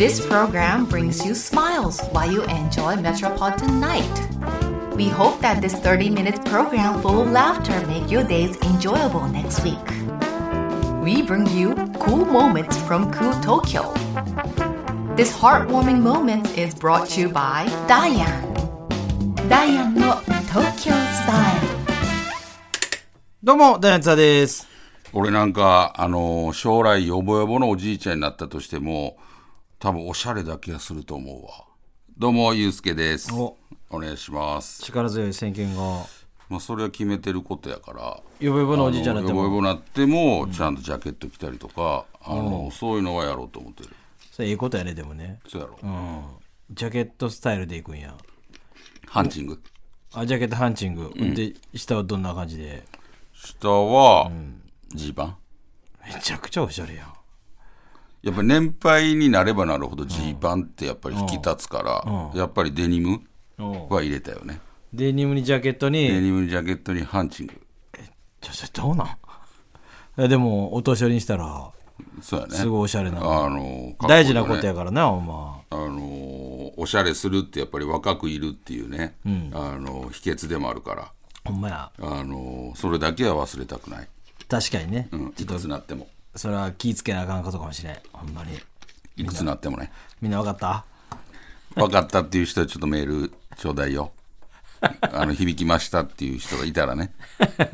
This program brings you smiles while you enjoy Metropolitan Night. We hope that this 30-minute program full of laughter make your days enjoyable next week. We bring you cool moments from cool Tokyo. This heartwarming moment is brought to you by Diane. Diane の Tokyo Style。 どうも、ダイアンツァです。 俺なんか、将来ヨボヨボのおじいちゃんになったとしても、多分おしゃれだけはすると思うわ。どうも、ゆうすけです。お願いします。 力強い宣言が。 まあ、それは決めてることやから、 ヨボヨボのおじいちゃんになっても。 ヨボヨボになっても、ちゃんとジャケット着たりとか、そういうのはやろうと思ってる。 それいいことやね、でもね。 そうやろ。 ジャケットスタイルでいくんや。 ハンチング。 ジャケットハンチング。で、下はどんな感じで？ 下は、ジーパン。 めちゃくちゃおしゃれやん。 やっぱり年配になればなるほどジーパンってやっぱり引き立つから、やっぱりデニムは入れたよね。 デニムにジャケットにハンチング。 それどうなん？いやでもお年寄りにしたらそうやね、 すごいおしゃれな、 ね、 大事なことやからな、ほんま。 おしゃれするってやっぱり若くいるっていうね、秘訣でもあるから、 ほんまや。 それだけは忘れたくない。 確かにね、 いくつなってもそれは気ぃつけなあかんことかもしれん。ほんまにいくつなってもね。みんな分かった分かったっていう人はちょっとメールちょうだいよ。響きましたっていう人がいたらね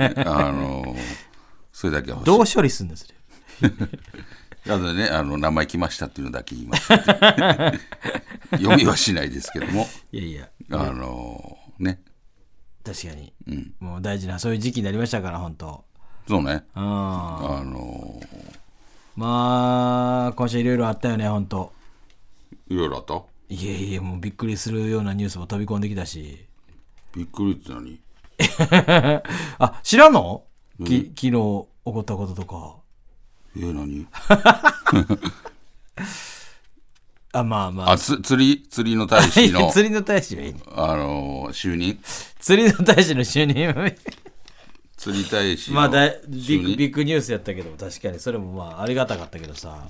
それだけは欲しい。 どう処理するんですねあとね、名前来ましたっていうのだけ言います読みはしないですけども、 いやいやね、 確かに、もう大事なそういう時期になりましたから、本当。 そうね。 まあ今週いろいろあったよね、本当。 いろいろあった。 いやいや、もうびっくりするようなニュースも飛び込んできたし。 びっくりって何あ、知らんの？昨日起こったこととか。 何まあ釣りの大使の釣りの大使はいいね。 就任。 釣りの大使の就任釣り大使のまあビッグニュースやったけど、確かにそれもまあありがたかったけどさ、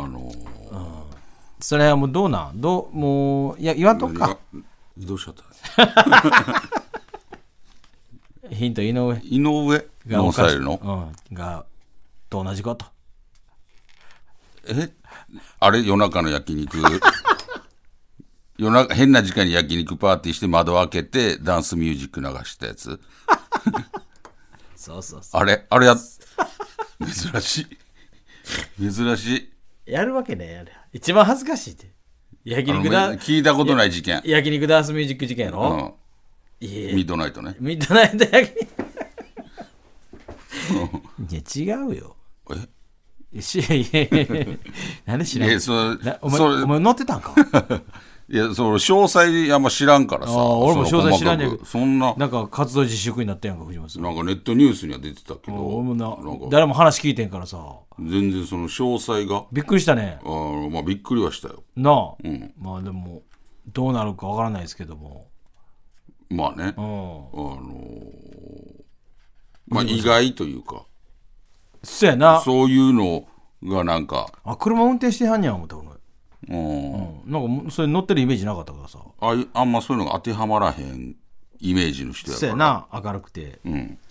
それはもうどうなん？もう言わんとっか。 どうしちゃったヒント、井上が抑えるの、 がと同じこと。 あれ、夜中の焼肉変な時間に焼肉パーティーして窓開けてダンスミュージック流したやつそうあれ珍しい。 やるわけね。一番恥ずかしいって焼肉だ。 聞いたことない事件。 焼肉ダンスミュージック事件やろ。 ミッドナイトね。 ミッドナイト焼肉いや違うよ。なんで知らんの？お前乗ってたんかいや、詳細あんま知らんからさ。 俺も詳細知らんねんけど、 そんななんか活動自粛になったやんか、藤本さん。 なんかネットニュースには出てたけど、 俺も誰も話聞いてんからさ、 全然その詳細がびっくりしたね。 まあびっくりはしたよなあ、まあでもどうなるかわからないですけども、 まあね、まあ意外というか、 そうやな。 そういうのがなんか、 車運転してはんやん思った俺。なんかそれ乗ってるイメージなかったからさ。 あんまそういうのが当てはまらへんイメージの人やから。 そうやな、明るくて。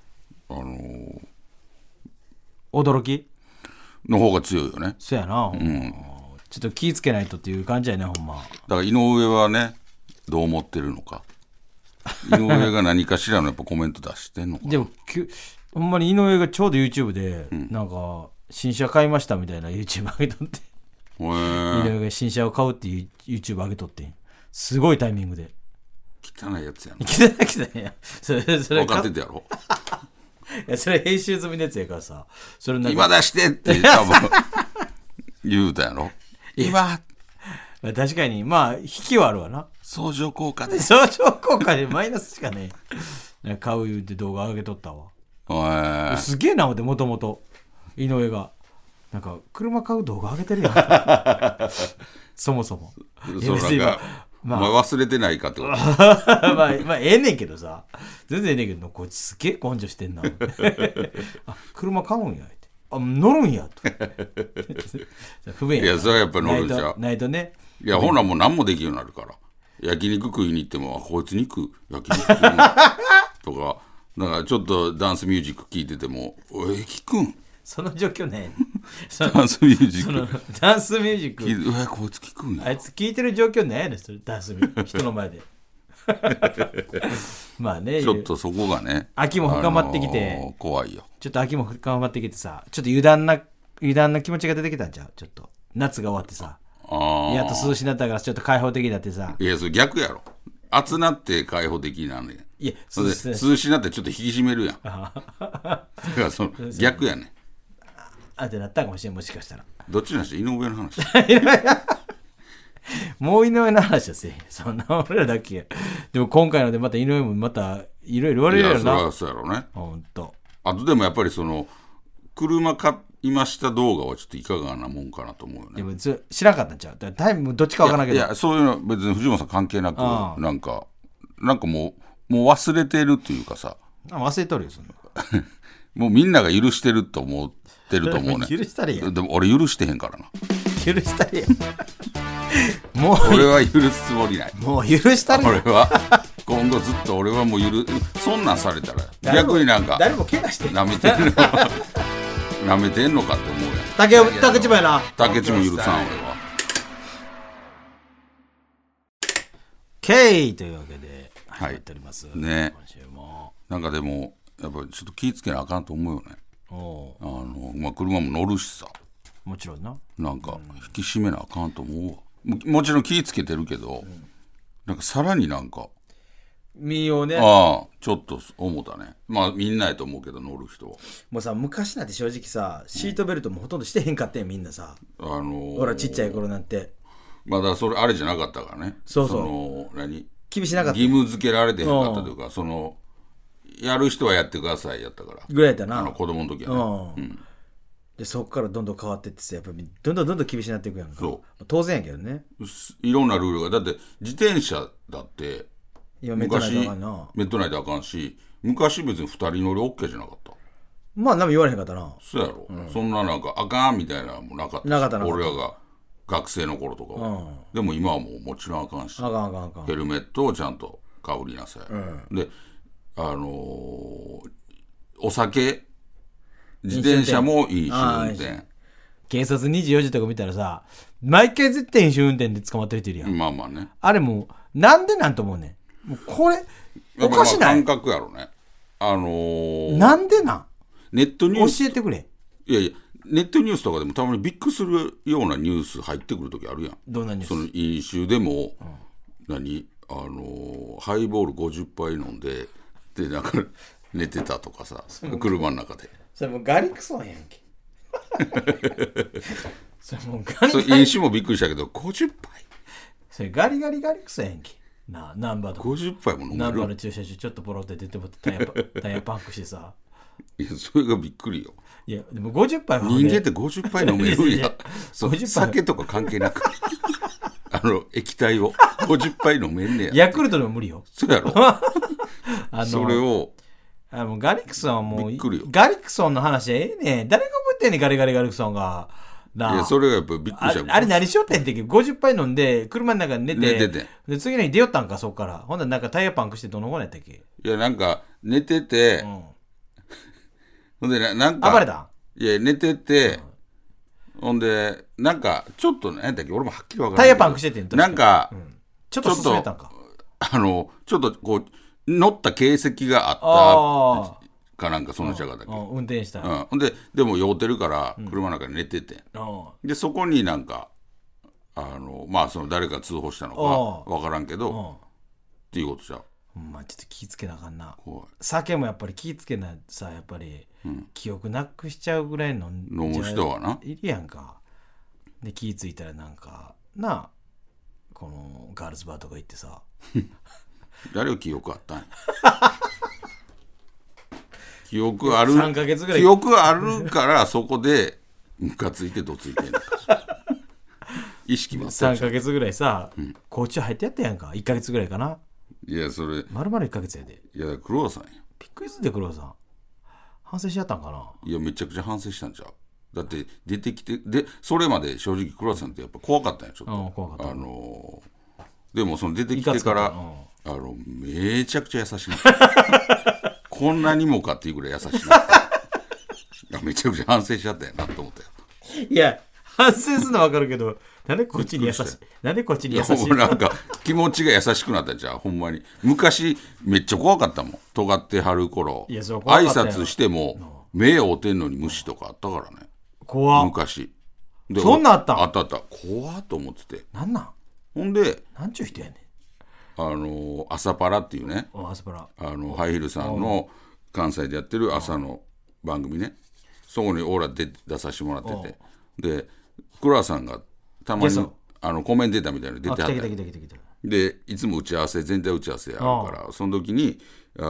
驚きの方が強いよね。 そうやな、ちょっと気ぃつけないとっていう感じやね、ほんま。 だから井上はね、どう思ってるのか。井上が何かしらのやっぱコメント出してんのかな。 でもほんまに井上がちょうど YouTube で、なんか新車買いましたみたいな YouTube 上げとって、井上が新車を買うっていう YouTube 上げとってん。すごいタイミングで。 汚いやつやな。 汚いやん。それ分かっててやろ。 いや、それ編集済みのやつやからさ、それ今出してって多分言うたやろ。今確かにまあ引きはあるわな。 相乗効果でマイナスしかね買う言うて動画上げとったわ。すげえな思って、もともと井上がなんか車買う動画上げてるやんそもそもまあ忘れてないかってことまあええねんけどさ、全然ええねんけど、こいつすげえ根性してんな車買うんやって。 乗るんやと不便や。 いやそれはやっぱ乗るじゃん。 ないとね。 いやほなもう何もできるようになるから。焼肉食いに行ってもこいつ焼肉食うとかなんかちょっとダンスミュージック聴いてても聞くんその状況ねダンスミュージックダンスミュージックこいつ聞くんや。 あいつ聞いてる状況ねそれダンスミュージック人の前でまあねちょっとそこがね秋も深まってきて、 怖いよ。 ちょっと秋も深まってきてさちょっと油断な気持ちが出てきたんちゃう。ちょっと夏が終わってさやっと涼しになったからちょっと開放的になってさ。 いやそれ逆やろ。暑なって開放的になるねん。 いや涼しになってちょっと引き締めるやんだからその逆やねん。 あってなったかもしれん。もしかしたらどっちの話？井上の話もう井上の話はせえへん。そんな俺らだけ。でも今回のでまた井上もまたいろいろ言われるやろな。 いやそうやろうね。 ほんと。 あとでもやっぱりその車買いました動画はちょっといかがなもんかなと思うよね。 でも知らんかったんちゃう。だからタイムどっちかわからんけど。 いやそういうの別に藤本さん関係なくなんかもう忘れてるというかさ。 忘れとるよそんな。 もうみんなが許してると思ってると思うね。 許したれや。 でも俺許してへんからな。 許したれや。もう俺は許すつもりない。 もう許したれや。 俺は今後ずっと俺はもうそんなんされたら逆になんか誰も怪我してなめてんのなめてんのかって思うやん。 竹千葉やな。 竹千も許さん俺は。 ケイというわけで始まっております、 ね。 今週もなんかでもやっぱりちょっと気ぃつけなあかんと思うよね。車も乗るしさ。 もちろんな。 なんか引き締めなあかんと思うわ。もちろん気ぃつけてるけど、なんかさらになんか身をね。 ちょっと思ったね。まあみんなやと思うけど乗る人はもうさ昔なんて正直さシートベルトもほとんどしてへんかったんみんなさ。ほらちっちゃい頃なんてまだそれあれじゃなかったからね。 そう厳しなかった。 義務付けられてへんかったというかそのやる人はやってくださいやったからぐらいやったな。 子供の時はね。 でそっからどんどん変わってってさやっぱりどんどん厳しくなっていくやんか。 そう当然やけどね。 いろんなルールがだって自転車だって今メットナイトあかんな。 メットナイトあかんし昔別に2人乗り OK じゃなかった。 まあ何も言われへんかったな。 そうやろ、そんななんかあかんみたいなのもなかった俺らが学生の頃とかは、でも今はもうもちろんあかんしあかんヘルメットをちゃんとかぶりなさい、でお酒自転車も飲酒運転警察24時とか見たらさ毎回絶対飲酒運転で捕まってる人いるやん。 まあまあね。 あれもうなんでなんと思うねん。もうこれおかしない。 感覚やろね。 なんでなんネットニュース教えてくれ。 いやネットニュースとかでもたまにびっくりするようなニュース入ってくる時あるやん。 どんなニュース？ その飲酒でも、ハイボール50杯飲んでなんか寝てたとかさ車の中で。 それもうガリクソンやんけ。それもうガリガリ。 飲酒もびっくりしたけど50杯。 それガリクソンやんけ。なあナンバーとか。 50杯も飲める。 ナンバーの駐車場ちょっとポロって出てもタイヤパンクしてさ。 いやそれがびっくりよ。 いやでも50杯は人間って50杯飲めるんや。酒とか関係なく液体を50杯飲めんねや。 ヤクルトでも無理よ。 そうやろ。それをガリクソンはもうびっくりよ。 ガリクソンの話ええねん。誰が覚えてんねんガリクソンが。 いやそれがやっぱびっくりした。 あれ何しよってんって50杯飲んで車の中に寝てで次の日出よったんかそっから。ほんならなんかタイヤパンクしてどの子やったっけ。 いやなんか寝てて、ほんでなんか暴れた。 いや寝てて、ほんでなんかちょっと何だっけ俺もはっきり分からない。 タイヤパンクしててんなんか、 ちょっと進めたんか。 ちょっとこう乗った形跡があったかなんかその茶がだけ。 運転した。 ほんででも酔うてるから車の中に寝てて、でそこになんかまあその誰か通報したのか分からんけどっていうことじゃん。 まあちょっと気ぃつけなあかんな。酒もやっぱり気ぃつけないさやっぱり、記憶なくしちゃうぐらいの飲む人はないるやんか。で気ぃついたらなんかなあこのガールズバーとか行ってさ誰を記憶あったんや記憶ある 3ヶ月ぐらい記憶あるからそこでムカついてどついてんのか意識も 3ヶ月ぐらいさ、コーチ入ってやったやんか。1ヶ月ぐらいかな。 いやそれ丸々1ヶ月やで。 いや黒田さんや。 びっくりするで黒田さん。 反省しちゃったんかな。 いやめちゃくちゃ反省したんちゃう。だって出てきてでそれまで正直黒田さんってやっぱ怖かったんやちょっと、 怖かった。 でもその出てきてからめちゃくちゃ優しいこんなにもかっていうぐらい優しいめちゃくちゃ反省しちゃったんやなと思ったよ。 いや反省するの分かるけどなんでこっちに優しいなんでこっちに優しいなんか気持ちが優しくなったんちゃうほんまに。昔めっちゃ怖かったもん尖ってはる頃。 いやそう怖かったよ。 挨拶しても目を追ってんのに無視とかあったからね怖っ。 昔でそんなんあったん。 あった怖っと思ってて。 なんなんほんでなんちゅう人やねん朝パラっていうね朝パラハイヒルさんの関西でやってる朝の番組ねそこにオーラ出させてもらっててで黒田さんがたまにコメンテーターみたいなの出てはったでいつも全体打ち合わせやるからその時に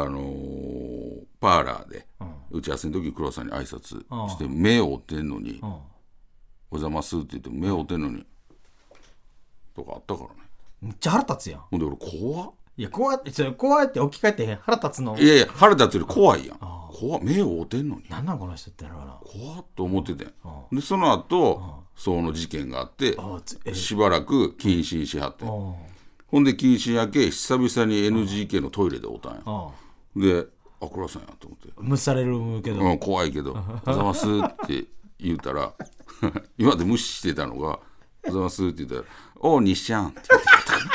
パーラーで打ち合わせの時黒田さんに挨拶して目を追ってんのにおはようございますって言って目を追ってんのにとかあったからね。 めっちゃ腹立つやん。 ほんで俺怖っ。 いや怖って置き換えて腹立つの。 いやいや腹立つより怖いやん。怖っ目を追ってんのになんなんこの人ってやろうな怖っと思っててでその後その事件があってしばらく謹慎しはってほんで謹慎明け久々に NGK のトイレで会うたんやで黒田さんやと思って無視されるけど、 怖いけど「おはようございます」って言うたら今まで無視してたのが「おはようございます」って言ったら「おう西ちゃん」って言って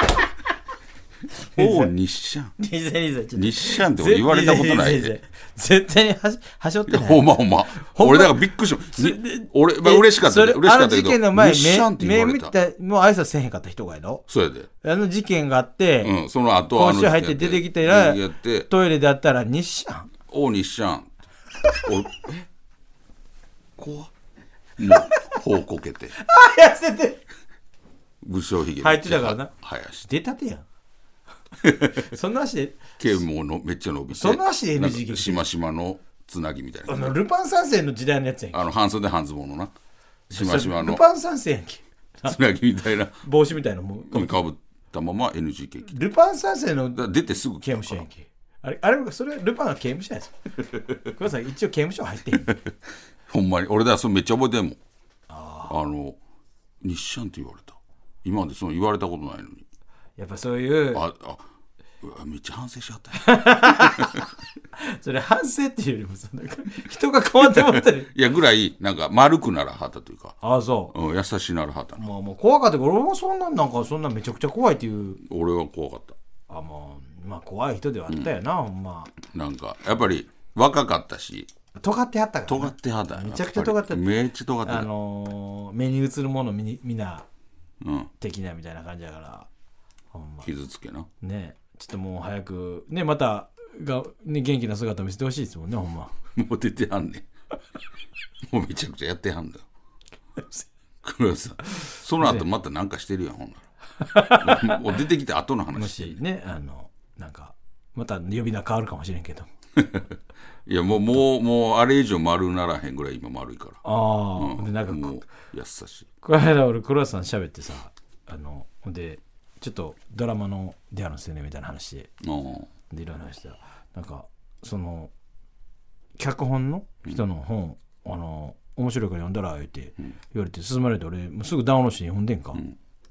たおう西ちゃん西ちゃんって俺言われたことないで絶対にはしょってない。 ほんま俺だからびっくりした俺、嬉しかったけど事件の前目見たもう挨拶せへんかった人がいるの。 そうやで事件があって、 その後公衆入って出てきてらトイレであったら西ちゃんおう西ちゃん俺怖っもう頬こけて痩せて武将髭入ってたからな生やして出たてやんそんな足で毛もめっちゃ伸びてその足で NG しましまのつなぎみたいなルパン三世の時代のやつやんけ半袖半ズボンのなしましまのルパン三世やんけつなぎみたいな帽子みたいなもんかぶったまま NG ケーキルパン三世の出てすぐ刑務所やんけあれそれルパンは刑務所やつこれさ一応刑務所入ってんほんまに俺だそれめっちゃ覚えてんもん西ちゃんって言われた今までその言われたことないのにやっぱそういうめっちゃ反省しちゃったそれ反省っていうよりもなんか人が変わってもったりいやぐらいなんか丸くならはったというかそう、 優しならはったなもう怖かったけど俺もそんなめちゃくちゃ怖いっていう俺は怖かったまあ怖い人ではあったよな、ほんまなんかやっぱり若かったし尖ってはったから尖ってはっためちゃくちゃ尖ってためっちゃ尖ってた目に映るものみんな的なみたいな感じだからほんま傷つけなねちょっともう早くねまた元気な姿見せてほしいですもんねほんまもう出てはんねんもうめちゃくちゃやってはんだよ黒田さんその後また何かしてるやんほんならもう出てきて後の話もしねなんかまた呼び名変わるかもしれんけどいやもうあれ以上丸ならへんぐらい今丸いからでなんかもう優しいこの間俺黒田さん喋ってさでちょっとドラマの出会うんですよねみたいな話でいろいろ話したらなんかその脚本の人の本、面白いから読んだら言って言われて勧まれて俺もうすぐダウンロードして読んでんか、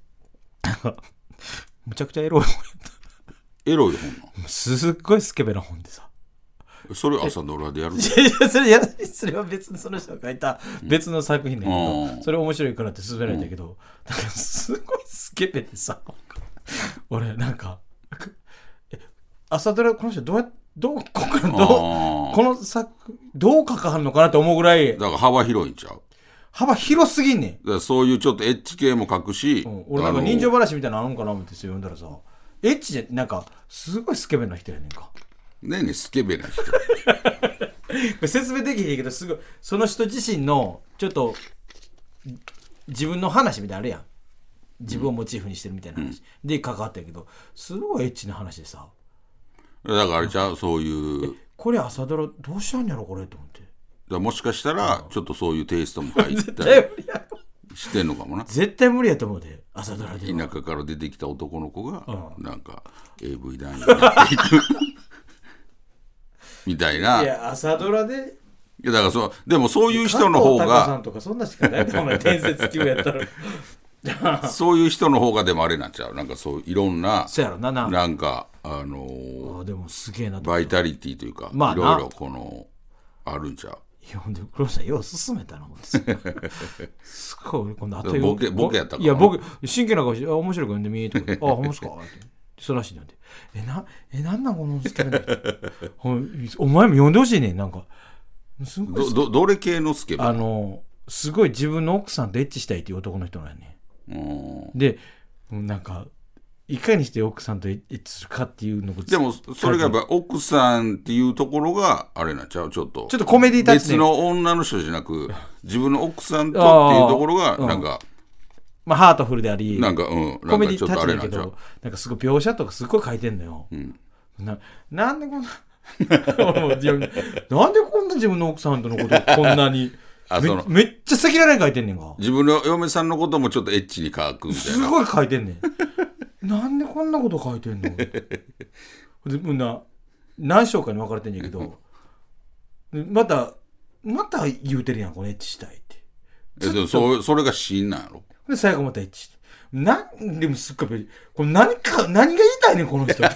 むちゃくちゃエロい本やったエロい本なすっごいスケベな本でさそれ朝ドラでやるそれは別にその人が書いた別の作品だけど、それ面白いからって勧められたけど、なんかすごいスケベでさ俺なんか朝ドラこの人この作どう書かはんのかなって思うぐらいだから幅広いんちゃう幅広すぎんねんだからそういうちょっとエッチ系も書くし、 俺なんか人情話みたいなのあるんかな思って読んだらさエッチでなんかすごいスケベな人やねんかねスケベな人説明できへんけどすごいその人自身のちょっと自分の話みたいなのあるやん自分をモチーフにしてるみたいな話、で関わったんやけどすごいエッチな話でさだからあれじゃそういうこれ朝ドラどうしたんやろこれと思ってだもしかしたらちょっとそういうテイストも入ったりしてんのかもな絶対無理やと思うで朝ドラで田舎から出てきた男の子がなんか AV 男優やっていくみたいないや朝ドラでいやだからでもそういう人の方が、加藤さんとかそんなしかないお前伝説級やったらそういう人の方がでもあれなっちゃう、なんかそういろんな、 そうやろなんかでもすげえなバイタリティというか、 まあ、 いろいろこのあるんちゃう。 いやほんで黒さんよう進めたなすごいこの後ボケやったから。 いや僕真剣な顔して面白く読んでみとかあほんますかってそらしいなんでなんなんこのスケベなお前も読んでほしいねん。なんかすごいどれ系のスケベ？ すごい自分の奥さんとエッチしたいっていう男の人なんねん。でなんかいかにして奥さんとエッチするかっていうのを、 でもそれがやっぱ奥さんっていうところがあれなんちゃう、ちょっとコメディタッチ別の女の人じゃなく自分の奥さんとっていうところがなんか、 まあハートフルでありなんかコメディタッチだけどなんかすごい描写とかすごい書いてんのよ。なんでこんななんでこんな自分の奥さんとのことこんなにめっちゃ赤裸々に書いてんねんか。 自分の嫁さんのこともちょっとエッチに書くみたいな、 すごい書いてんねんなんでこんなこと書いてんので何章かに分かれてんねんけどまた言うてるやんこのエッチしたいってでもそれがシーンなんやろ。 で最後またエッチしてでもすっごいこれ何が言いたいねんこの人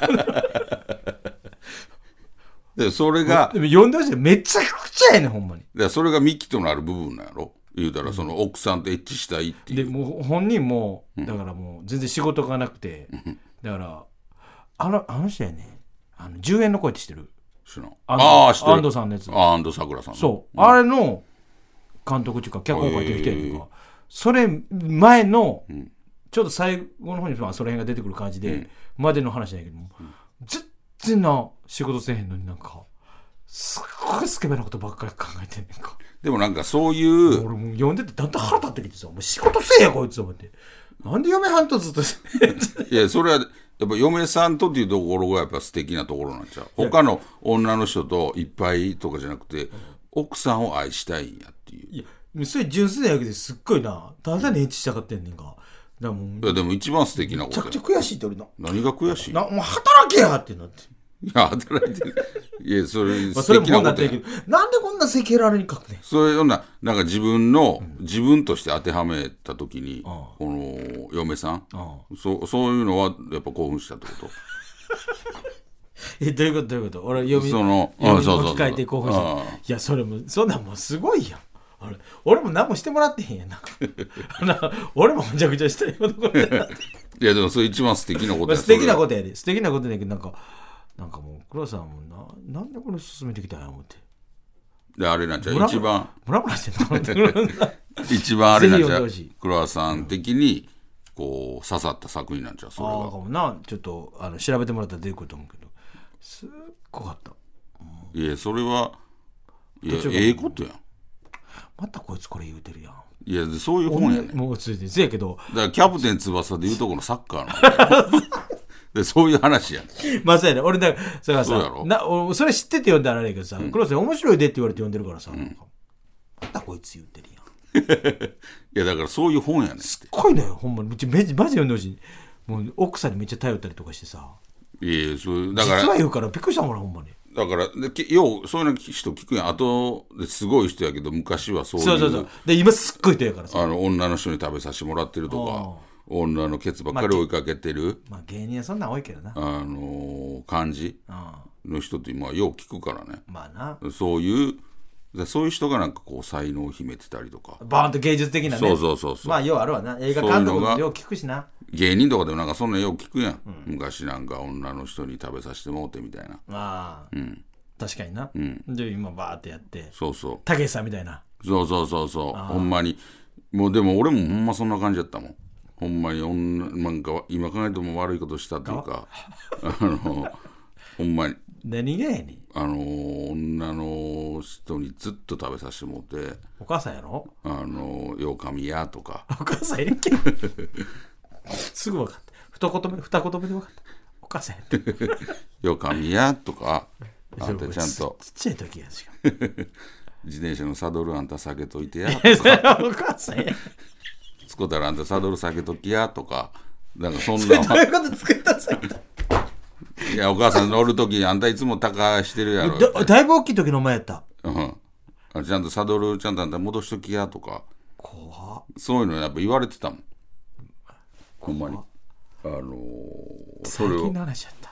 でそれがでも読んでほしいめちゃくちゃやねんほんまに。 でそれがミキとなる部分なんやろ言うたら、その奥さんとエッチしたいっていう。 でもう本人もだからもう全然仕事がなくて、だからあの人やね10円の声って知ってる？ 知らん。 安藤さんのやつ。 安藤サクラさんの。 そう、あれの監督っていうか脚本書いてる人やねんか。それ前の、ちょうど最後の方にその辺が出てくる感じで、までの話だけども、全然な仕事せえへんのになんかすっごいスケベなことばっかり考えてんねんか。 でもなんかそういう俺も読んでてだんだん腹立ってきてさ、もう仕事せえやこいつと思って、なんで嫁はんとずっといやそれはやっぱ嫁さんとっていうところがやっぱ素敵なところなんちゃう。他の女の人といっぱいとかじゃなくて、奥さんを愛したいんやっていう。 いやそれ純粋なわけですっごいな、ただにエッチしたかってんねんか。だもういやでも一番素敵なことめちゃくちゃ悔しいって俺な。 何が悔しい？ もう働けやってなって。 いや働いてる。いやそれ素敵なことやけど、なんでこんな赤裸々に書くねん。 そういうようななんか自分として当てはめた時に、この嫁さん、そういうのはやっぱ興奮したってこと？ どういうこと俺読み置き換えて興奮した。いやそれもそんなんもうすごいやん。俺も何もしてもらってへんやん。俺もめちゃくちゃしたいこといやでもそれ一番素敵なことや。 素敵なことやで、素敵なことやけど、なんかもう黒田さんもなんでこれ進めてきたんや思って。 であれなんちゃう、一番ムラムラしてんの一番あれなんちゃう、黒田さん的にこう刺さった作品なんちゃう。それがかもな。ちょっと調べてもらったら出てくると思うけど、すっごかった。 いやそれはいやええことやん。 またこいつこれ言うてるやん。 いやそういう本やねん。 もうついてせやけど、 だからキャプテン翼でいうとこのサッカーのでそういう話やねん。 まあそうやね。俺だからさそうやろ。 それ知ってて読んだらあれやけどさ、黒瀬面白いでって言われて読んでるからさ、またこいつ言うてるやん。 いやだからそういう本やねん。 すっごいのよほんまに。マジ読んでほしい。もう奥さんにめっちゃ頼ったりとかしてさ。 いやそうだから実は言うからびっくりしたもんほんまに。 だからようそういう人聞くやん。後ですごい人やけど昔はそういう。 そうで今すっごい人やからさ、 女の人に食べさせてもらってるとか、女のケツばっかり追いかけてる、 まあ芸人はそんなん多いけどな、 感じの人って今よう聞くからね。 まあな、 そういう人がなんかこう才能を秘めてたりとか、 バーンと芸術的なね。 そうまあようあるわな。映画監督もよう聞くしな。 芸人とかでもなんかそんなよう聞くやん、昔なんか女の人に食べさせてもうてみたいな。 確かにな、で今バーってやってそうたけしさんみたいな。 そうほんまにもう。でも俺もほんまそんな感じだったもんほんまに。なんか今考えても悪いことしたっていうかほんまに何がやねん。 女の人にずっと食べさせてもうて。 お母さんやろ。 ようかみやとか。 お母さんやんけすぐ分かった。二言目で分かった。お母さんやってようかみやとか。あんたちゃんとちっちゃい時やしか自転車のサドルあんた下げといてやとかお母さんやつこたらあんたサドル下げときやとか。なんかそんなどういうこと作ったんすか。 いやお母さん乗るときあんたいつも高してるやろ。 だいぶ大きい時の前やった。 ちゃんとサドルちゃんとあんた戻しときやとか、 怖っ、 そういうのやっぱ言われてたもん、ほんまに。それを最近の話やった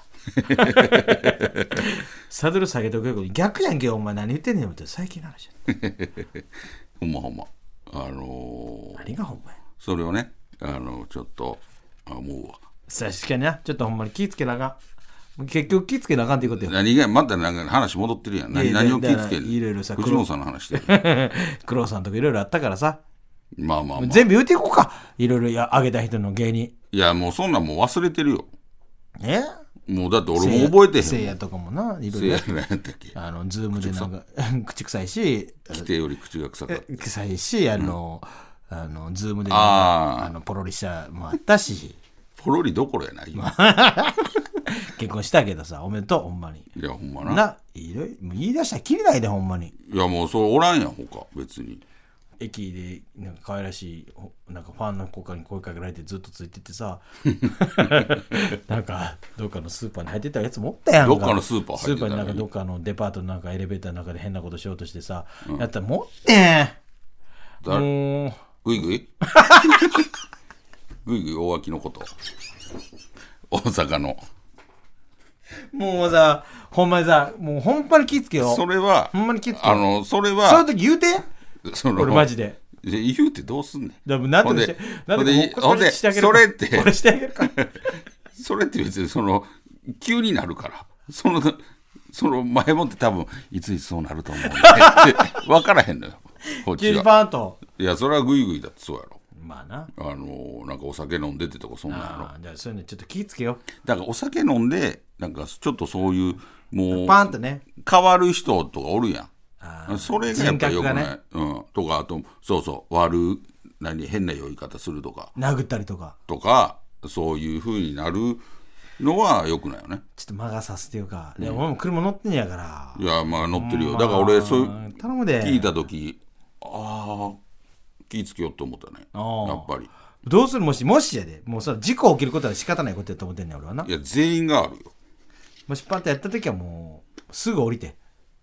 サドル下げとくよ、逆やんけお前何言ってんねんって最近の話やったほんま何がほんまや。 それをねちょっと思うわ。 確かにな、ちょっとほんまに気ぃつけなあかん。結局気ぃつけなあかんっていうことよ。 何がまたなんか話戻ってるやん。何を気ぃつける。 いろいろさ、 口元さんの話してる黒さんとかいろいろあったからさ、 まあ、 全部言うていこうか。いろいろあげた人の芸人。 いやもうそんなんもう忘れてるよ。もうだって俺も覚えてへん。 せいやとかもな、いろいろ。ズームでなんか口臭いし、 規定より口が臭いし、ズームでポロリしたもあったし。 ポロリどころやない今結婚したけどさ、おめでとうほんまに。 いやほんまな。 言い出したらきりないでほんまに。 いやもうそれおらんやん他別に。 駅でなんか可愛らしいなんかファンの子に声かけられてずっとついててさなんかどっかのスーパーに入ってたやつもおったやんか。 どっかのスーパー入ってたになんかどっかのデパートのなんかエレベーターの中で変なことしようとしてさ、やったらもってんもうグイグイグイグイ大脇のこと大阪のもうさほんまにさもうほんまに気ぃつけよ。 それはほんまに気ぃつけよ。 それはその時言うて俺マジで言うてどうすんねん。 だなんてしてなんでほんでそれってこれしてあげるかそれって別に急になるからその前もって多分いつそうなると思うんで分からへんのよこっちは。 急にパーンと。 いやそれはグイグイだってそうやろ。 まあななんかお酒飲んでてとかそんなんやろ。 じゃあそういうのちょっと気ぃつけよ。 だからお酒飲んでなんかちょっとそういうもうパーンとね変わる人とかおるやん。それがやっぱりよくない、 ね、 とかあとそう変な酔い方するとか殴ったりとかそういう風になるのはよくないよね。 ちょっと魔が差すっていうか、俺も車乗ってんやから。 いやまあ乗ってるよ。だから俺そう頼むで聞いた時気ぃつけようと思ったねやっぱり。 どうするもしやでもうそ事故起きることは仕方ないことやと思ってんねん俺はな。 いや全員があるよ。 もしパンとやった時はもうすぐ降りて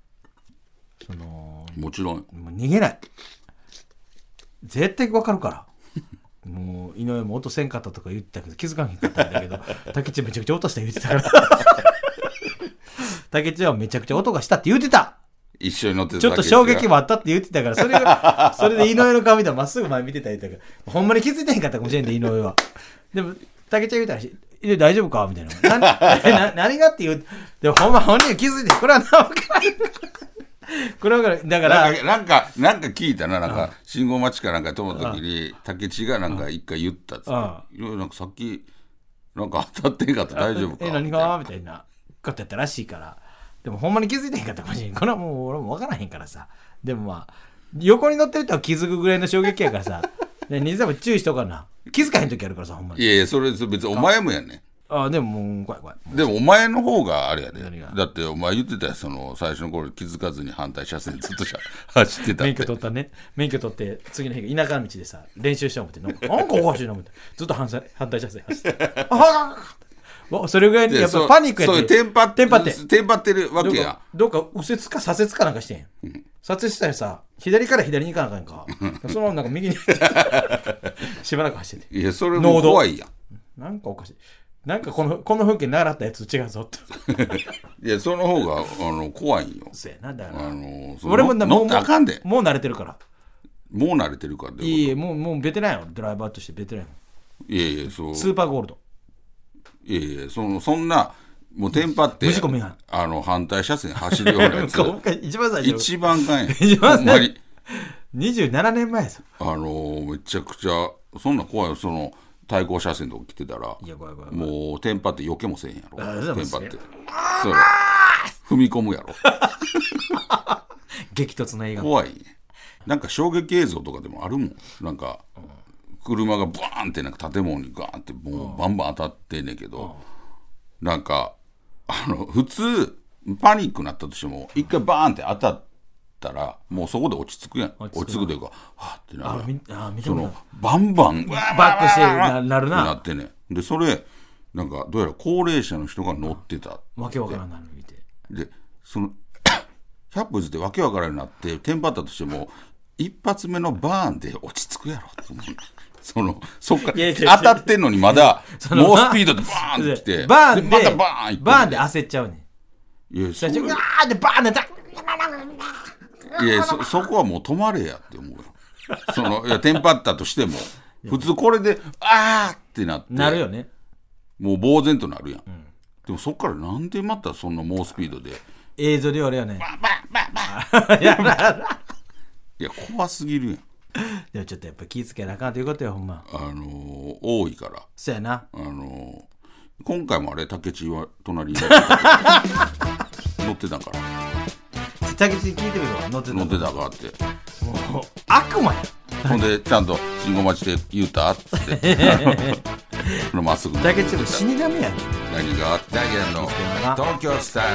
もちろんもう逃げない絶対分かるからもう井上も音せんかったとか言ってたけど気づかへんかったんだけど竹内めちゃくちゃ音した言ってたから竹内はめちゃくちゃ音がしたって言ってた。 一緒に乗ってたちょっと衝撃もあったって言ってたからそれで井上の顔見たらまっすぐ前見てた言ってたからほんまに気づいてへんかったかもしれんで井上は。でも竹内は言うたらし大丈夫かみたいな何がって言う。でもほんま本人は気づいてこれは何分かるこれはだからなんか聞いたな。なんか信号待ちかなんか止まった時に竹内がなんか一回言ったっつって、なんかさっきなんか当たってんかった大丈夫か何がみたいなことやったらしいから。でもほんまに気づいてへんかったかもしれん。これはもう俺も分からへんからさ。でもまあ横に乗ってる人は気づくぐらいの衝撃やからさ兄さんも注意しとかな。気づかへん時あるからさほんまに。 いやそれ別にお前もやねん。 でももう怖いでもお前の方があれやで。だってお前言ってたよ最初の頃気づかずに反対車線ずっと走ってたって免許取ったね。免許取って次の日田舎道でさ練習しよう思ってなんかおかしいな思ってずっと反対車線走ってそれぐらいにやっぱパニックやってそうテンパってるわけや。 どうか右折か左折かなんかしてん、左折したらさ左から左に行かなあかんかそのままなんか右にしばらく走ってて。 いやそれも怖いやん。 なんかおかしい。なんかこの風景習ったやつ違うぞっていやその方が怖いんよ。 そうやな。だから俺も乗ってあかんで。 もう慣れてるから。 もう慣れてるからで。 いいもうベテランやろ。ドライバーとしてベテランやろ。いやそうスーパーゴールド。 いやそんなもうテンパって反対車線走るようなやつ一番最初一番かんや一番最初27年前ですよ。めちゃくちゃそんな怖いよ。対向車線とか来てたらもうテンパって避けもせえへんやろ。テンパってそれ踏み込むやろ激突の映画怖いね。なんか衝撃映像とかでもあるもん。なんか車がバーンってなんか建物にガーンってもうバンバン当たってんねんけど、なんか普通パニックになったとしても一回バーンって当たったらもうそこで落ち着くやん。落ち着くというかはってなる。バンバンバックしてなるななってね。でそれなんかどうやら高齢者の人が乗ってたって。 わけわからんなの見て。 で 100歩譲ってわけわからんようになってテンパったとしても一発目のバーンで落ち着くやろって思う。そっから当たってんのにまだ猛スピードでバーンってきてバーンでまたバーンいってバーンで焦っちゃうねん。 いや最初うわーでバーンでいやそこはもう止まれやって思うよ。いやテンパったとしても普通これであーってなってなるよね。 もう呆然となるやん、でもそっからなんでまたそんな猛スピードで映像で言われよね。 いや怖すぎるやん。 でもちょっとやっぱ気ぃつけなあかんということよほんま。 多いからそうやな。 今回もあれ竹地は隣に乗ってたから竹地に聞いてみろ。乗ってたかってもう悪魔や。 ほんでちゃんと信号待ちで言うたっつってまっすぐ竹地も死神やね。 何がダイアンの東京スタイル。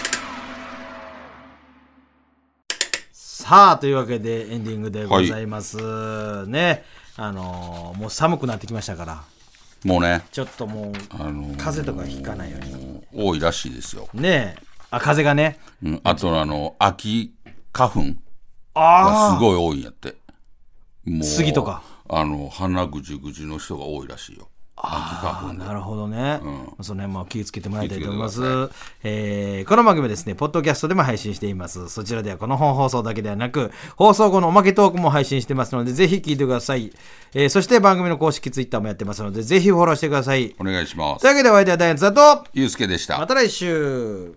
さあというわけでエンディングでございます、はい、ね。もう寒くなってきましたからもうねちょっともう、風邪とかひかないように多いらしいですよね。風がね、 あと秋花粉がすごい多いんやって。もう杉とか鼻ぐじゅぐじゅの人が多いらしいよ。 なるほどね、その辺も気をつけてもらいたいと思います。この番組はですねポッドキャストでも配信しています。そちらではこの本放送だけではなく放送後のおまけトークも配信してますのでぜひ聞いてください。そして番組の公式ツイッターもやってますのでぜひフォローしてください。 お願いします。 というわけでお相手はダイアンツだとゆうすけでした。 また来週。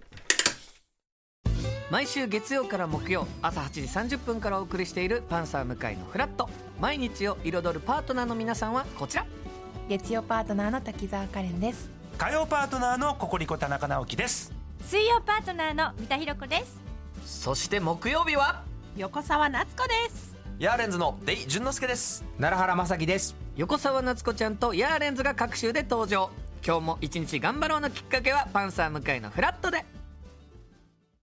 毎週月曜から木曜朝8時30分からお送りしているパンサー向井のフラット。毎日を彩るパートナーの皆さんはこちら。 月曜パートナーの滝沢カレンです。 火曜パートナーのココリコ田中直樹です。 水曜パートナーの三田寛子です。 そして木曜日は横澤夏子です。 ヤーレンズのデイ淳之介です。 奈良原雅樹です。 横澤夏子ちゃんとヤーレンズが各週で登場。今日も一日頑張ろうのきっかけはパンサー向井のフラットで。